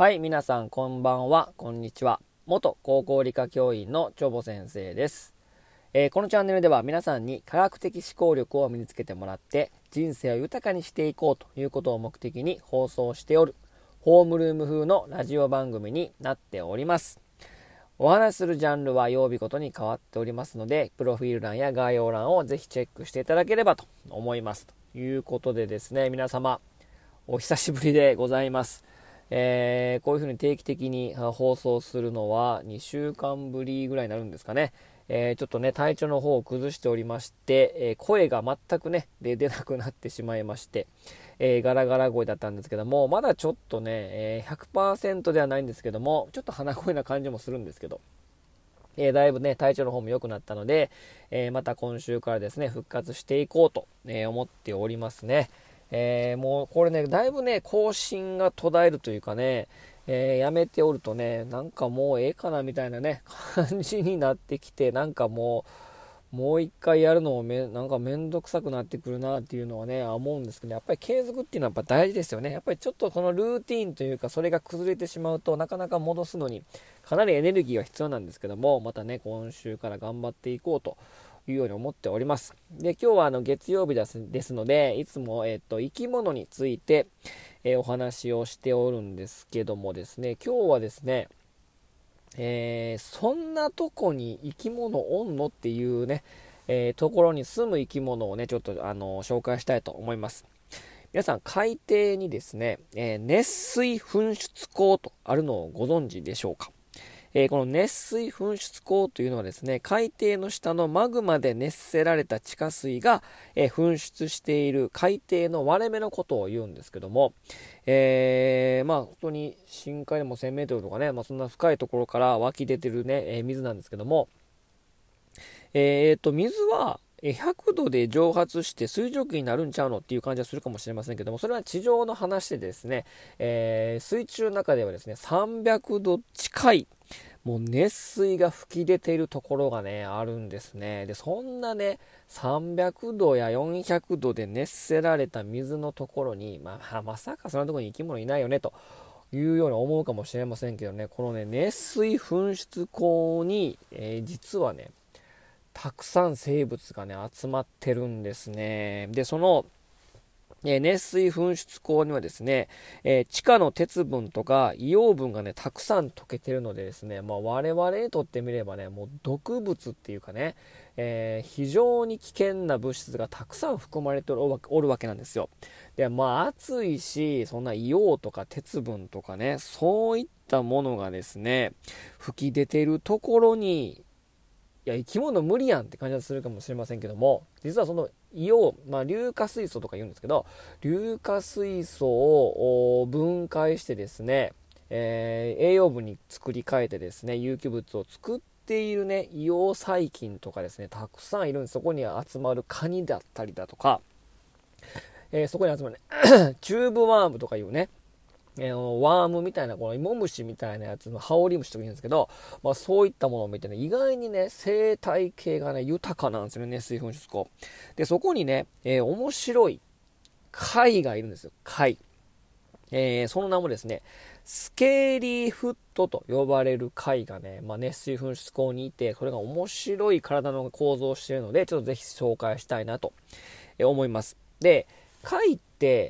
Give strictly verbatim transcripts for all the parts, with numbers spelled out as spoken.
はい、皆さんこんばんは、こんにちは。元高校理科教員のチョボ先生です。えーこのチャンネルでは皆さんに科学的思考力を身につけてもらって人生を豊かにしていこうということを目的に放送しておるホームルーム風のラジオ番組になっております。お話しするジャンルは曜日ごとに変わっておりますので、プロフィール欄や概要欄をぜひチェックしていただければと思います。ということでですね、皆様お久しぶりでございます。えーこういうふうに定期的に放送するのはにしゅうかんぶりぐらいになるんですかね。えーちょっとね、体調の方を崩しておりまして、えー声が全くね、で出なくなってしまいまして、えーガラガラ声だったんですけども、まだちょっとね、えーひゃくパーセントではないんですけども、ちょっと鼻声な感じもするんですけど、えーだいぶね、体調の方も良くなったので、えーまた今週からですね、復活していこうと、えー思っておりますね。えーもうこれね、だいぶね、更新が途絶えるというかね、えーやめておるとね、なんかもうええかなみたいなね、感じになってきて、なんかもう、もう一回やるのもめ、なんかめんどくさくなってくるなっていうのはね、思うんですけど、やっぱり継続っていうのはやっぱ大事ですよね。やっぱりちょっとこのルーティーンというか、それが崩れてしまうとなかなか戻すのにかなりエネルギーが必要なんですけども、またね、今週から頑張っていこうというように思っております。で、今日はあの月曜日ですですので、いつも、えっと、生き物について、えーお話をしておるんですけどもですね、今日はですね、えーそんなとこに生き物おんのっていうね、えーところに住む生き物をね、ちょっとあの紹介したいと思います。皆さん、海底にですね、えー熱水噴出口とあるのをご存知でしょうか。えーこの熱水噴出口というのはですね、海底の下のマグマで熱せられた地下水が、えー噴出している海底の割れ目のことを言うんですけども、えーまあ本当に深海でもせんメートルとかね、まあ、そんな深いところから湧き出てるね、えー水なんですけども、えーと、水はひゃくどで蒸発して水蒸気になるんちゃうのっていう感じはするかもしれませんけども、それは地上の話でですね、えー水中の中ではですね、さんびゃくど近いもう熱水が噴き出ているところがね、あるんですね。で、そんなね、さんびゃくどやよんひゃくどで熱せられた水のところに、まあ、まさかそんなところに生き物いないよね、というように思うかもしれませんけどね、このね、熱水噴出口に、えー実はね、たくさん生物がね、集まってるんですね。で、その、えー熱水噴出口にはですね、えー地下の鉄分とか硫黄分がね、たくさん溶けてるのでですね、まあ、我々にとってみればね、もう毒物っていうかね、えー非常に危険な物質がたくさん含まれておるわおるわけなんですよ。で、まあ、暑いし、そんな硫黄とか鉄分とかね、そういったものがですね、吹き出てるところに、いや、生き物無理やんって感じがするかもしれませんけども、実はその硫黄、まあ、硫化水素とか言うんですけど、硫化水素を分解してですね、えー栄養分に作り変えてですね、有機物を作っているね、硫黄細菌とかですね、たくさんいるんです。そこに集まるカニだったりだとか、えーそこに集まるね、チューブワームとかいうね、えーワームみたいな、この芋虫みたいなやつのハオリムシとか言うんですけど、まあそういったものを見てね、意外にね、生態系がね、豊かなんですよね、熱水噴出口。で、そこにね、えー面白い貝がいるんですよ、貝。えーその名もですね、スケーリーフットと呼ばれる貝がね、まあ、熱水噴出口にいて、それが面白い体の構造をしているので、ちょっとぜひ紹介したいなと思います。で、貝って、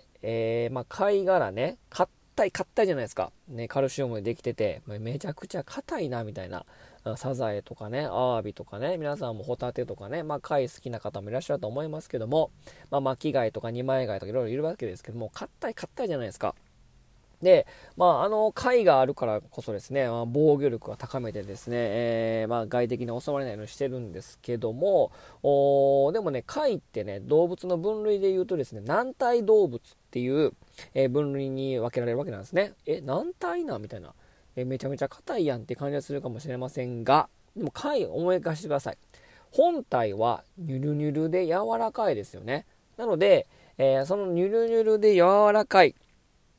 えーまあ、貝殻ね、硬い、硬いじゃないですか。ね、カルシウムでできてて、めちゃくちゃ硬いな、みたいな。サザエとかね、アワビとかね、皆さんもホタテとかね、まあ、貝好きな方もいらっしゃると思いますけども、まあ、巻き貝とか二枚貝とかいろいろいるわけですけども、硬い、硬いじゃないですか。で、まあ、あの貝があるからこそですね、まあ、防御力を高めてですね、えーまあ、外敵に襲われないようにしてるんですけども、おでもね、貝ってね、動物の分類で言うとですね、軟体動物っていう、えー分類に分けられるわけなんですね。え、軟体なみたいな、えーめちゃめちゃ硬いやんって感じがするかもしれませんが、でも貝思い返してください。本体はニュルニュルで柔らかいですよね。なので、えーそのニュルニュルで柔らかい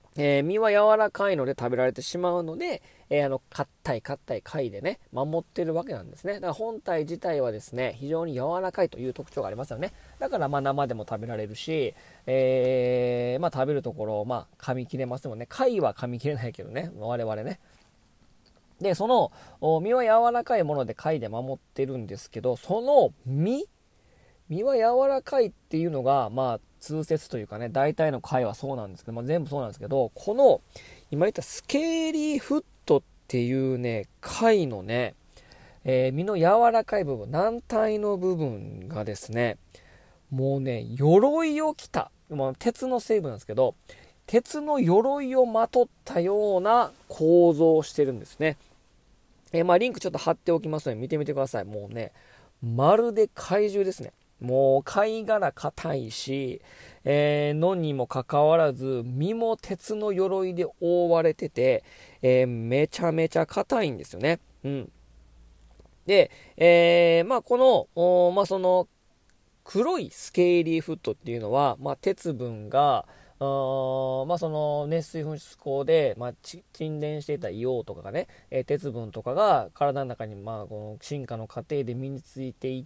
えー、身は柔らかいので食べられてしまうので、えー、あの、硬い硬い貝でね、守ってるわけなんですね。だから本体自体はですね、非常に柔らかいという特徴がありますよね。だからまあ生でも食べられるし、えー、まあ食べるところ、まあ噛み切れますもんね。貝は噛み切れないけどね、我々ね。で、その、身は柔らかいもので貝で守ってるんですけど、その身身は柔らかいっていうのが、まあ、通説というかね、大体の回はそうなんですけど、まあ、全部そうなんですけど、この、今言ったスケーリーフットっていうね、貝のね、えー身の柔らかい部分、軟体の部分がですね、もうね、鎧を着た、まあ、鉄の成分なんですけど、鉄の鎧をまとったような構造をしてるんですね。えーまあ、リンクちょっと貼っておきますので見てみてください。もうね、まるで怪獣ですね。もう貝殻硬いし、えーのにもかかわらず、身も鉄の鎧で覆われてて、えーめちゃめちゃ硬いんですよね。うん。で、えーまあこの、おまあその、黒いスケーリーフットっていうのは、まあ、鉄分が、あーまあ、その熱水噴出孔で、まあ、沈殿していた硫黄とかがね、えー鉄分とかが体の中に、まあ、この進化の過程で身についていって、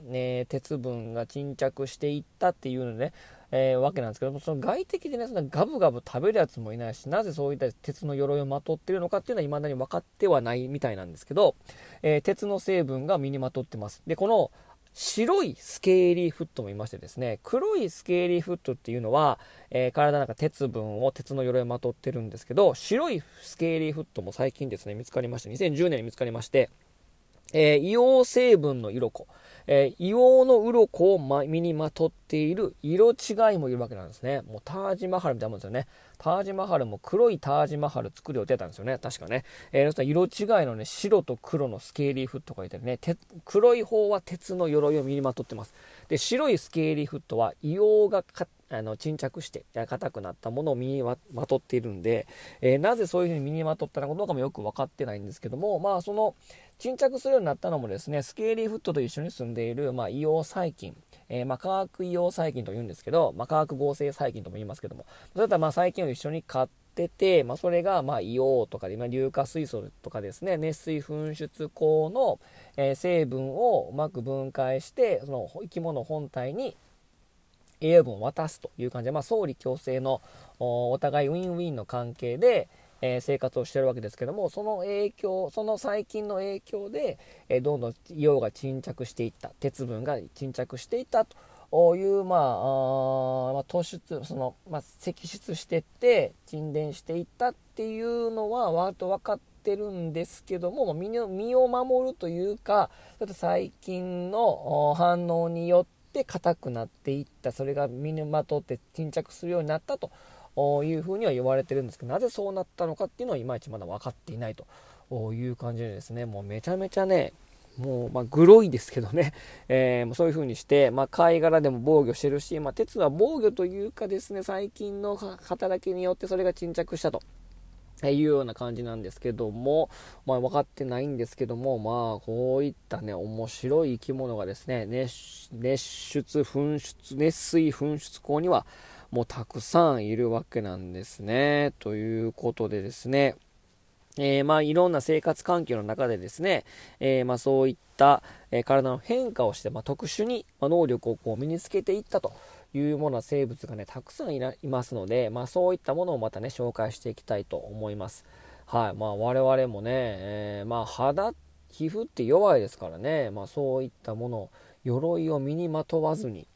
ね、鉄分が沈着していったっていうのね、えーわけなんですけども、その外敵でね、そのガブガブ食べるやつもいないし、なぜそういった鉄の鎧をまとっているのかっていうのは未だに分かってはないみたいなんですけど、えー鉄の成分が身にまとってます。で、この白いスケーリーフットもいましてですね、黒いスケーリーフットっていうのは、えー体の中鉄分を鉄の鎧をまとってるんですけど、白いスケーリーフットも最近ですね、見つかりまして、にせんじゅうねんに見つかりまして、えー硫黄成分の鱗、えー硫黄の鱗を、ま、身にまとっている色違いもいるわけなんですね。もうタージマハルみたいなもんですよね。タージマハルも黒いタージマハル作る予定だったんですよね。確かね。えー、そしたら色違いのね、白と黒のスケーリーフットがいてね、黒い方は鉄の鎧を身にまとってます。で、白いスケーリーフットは硫黄がかあの沈着して硬くなったものを身にまとっているんで、えーなぜそういうふうに身にまとったのかどうかもよく分かってないんですけども、まあその沈着するようになったのもですね、スケーリーフットと一緒に住んでいる、まあ、硫黄細菌、えーまあ、化学硫黄細菌と言うんですけど、まあ、化学合成細菌とも言いますけども、そういったまあ細菌を一緒に飼ってて、まあ、それがまあ硫黄とかで、まあ、硫化水素とかですね、熱水噴出孔の、えー成分をうまく分解して、その生き物本体に栄養分を渡すという感じで、まあ、相理共生のお互いウィンウィンの関係で、えー生活をしているわけですけども、その影響、その細菌の影響で、えーどんどん硫黄が沈着していった、鉄分が沈着していったという、まあ、あまあ、突出、その、まあ、析出していって、沈殿していったっていうのは、割と分かってるんですけども、身を身を守るというか、ちょっと細菌の反応によって、で硬くなっていった、それが身にまとって沈着するようになったというふうには言われてるんですけど、なぜそうなったのかっていうのはいまいちまだ分かっていないという感じでですね、もうめちゃめちゃね、もうまあグロいですけどね、えー、そういう風にして、まあ、貝殻でも防御してるし、まあ、鉄は防御というかですね、細菌の働きによってそれが沈着したというような感じなんですけども、まあ、分かってないんですけども、まあ、こういったね、面白い生き物がですね、熱熱出、噴出、熱水噴出口にはもうたくさんいるわけなんですね。ということでですね、えー、まあいろんな生活環境の中でですね、えー、まあそういった、えー体の変化をして、まあ、特殊に、まあ、能力をこう身につけていったというものな生物がねたくさんいらいますので、まあ、そういったものをまたね紹介していきたいと思います。はい、まあ我々もね、えーまあ肌皮膚って弱いですからね、まあ、そういったもの鎧を身にまとわずに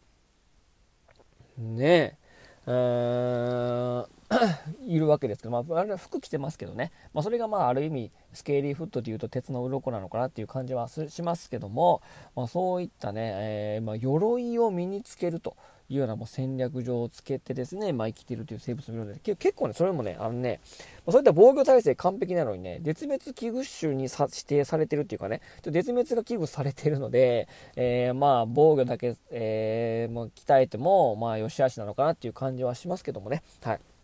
ねえーいるわけですけど、まあ、あれは服着てますけどね、まあ、それがまあある意味スケーリーフットというと鉄の鱗なのかなっていう感じはしますけども、まあ、そういったね、えーまあ、鎧を身につけるというようなもう戦略上をつけてですね、まあ、生きているという生物もいるので、結構ねそれもねあのね、まあ、そういった防御体制完璧なのにね絶滅危惧種にさ指定されてるっていうかね、絶滅が危惧されているので、えー、まあ防御だけ、えー、もう鍛えてもまあ良し悪しなのかなっていう感じはしますけどもね。はい。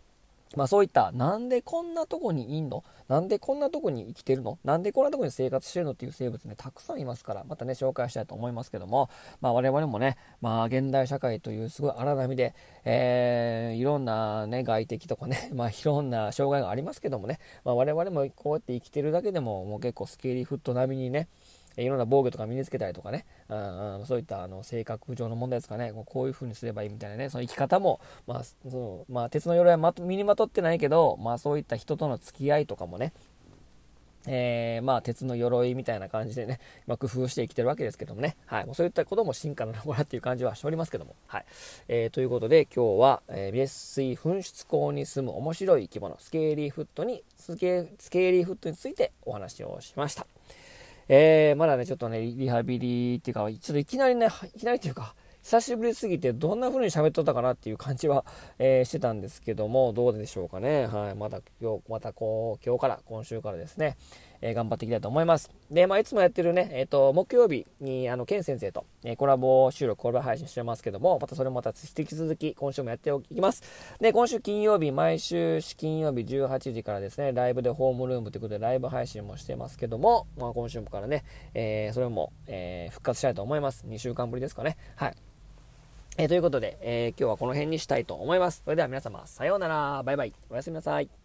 まあそういったなんでこんなとこにいんの、なんでこんなとこに生きてるの、なんでこんなとこに生活してるのっていう生物ねたくさんいますから、またね紹介したいと思いますけども、まあ我々もね、まあ現代社会というすごい荒波で、えー、いろんなね外敵とかね、まあいろんな障害がありますけどもね、まあ我々もこうやって生きてるだけでももう結構スケーリーフット並みにね、いろんな防御とか身につけたりとかね、うんうん、そういったあの性格上の問題ですかね、こういう風にすればいいみたいなね、その生き方も、まあそのまあ、鉄の鎧はまと身にまとってないけど、まあ、そういった人との付き合いとかもね、えー、まあ鉄の鎧みたいな感じでね、まあ、工夫して生きてるわけですけどもね、はい、もうそういったことも進化のラっていう感じはしておりますけども、はい、えー、ということで今日は、えー、熱水噴出口に住む面白い生き物スケーリーフットにスケスケーリーフットについてお話をしました。えー、まだね、ちょっとね、リハビリっていうか、ちょっといきなりね、いきなりっていうか、久しぶりすぎてどんな風に喋っとったかなっていう感じは、えー、してたんですけども、どうでしょうかね。はい。また今日、またこう、今日から、今週からですね、えー、頑張っていきたいと思います。で、まあ、いつもやってるね、えっ、ー、と、木曜日に、あの、ケン先生と、えー、コラボ収録、コラボ配信してますけども、またそれもまた引き続き、今週もやっておきます。で、今週金曜日、毎週金曜日じゅうはちじからですね、ライブでホームルームということで、ライブ配信もしてますけども、まあ、今週からね、えー、それも、えー、復活したいと思います。にしゅうかんぶりですかね。はい。えー、ということで、えー、今日はこの辺にしたいと思います。それでは皆様、さようなら。バイバイ。おやすみなさい。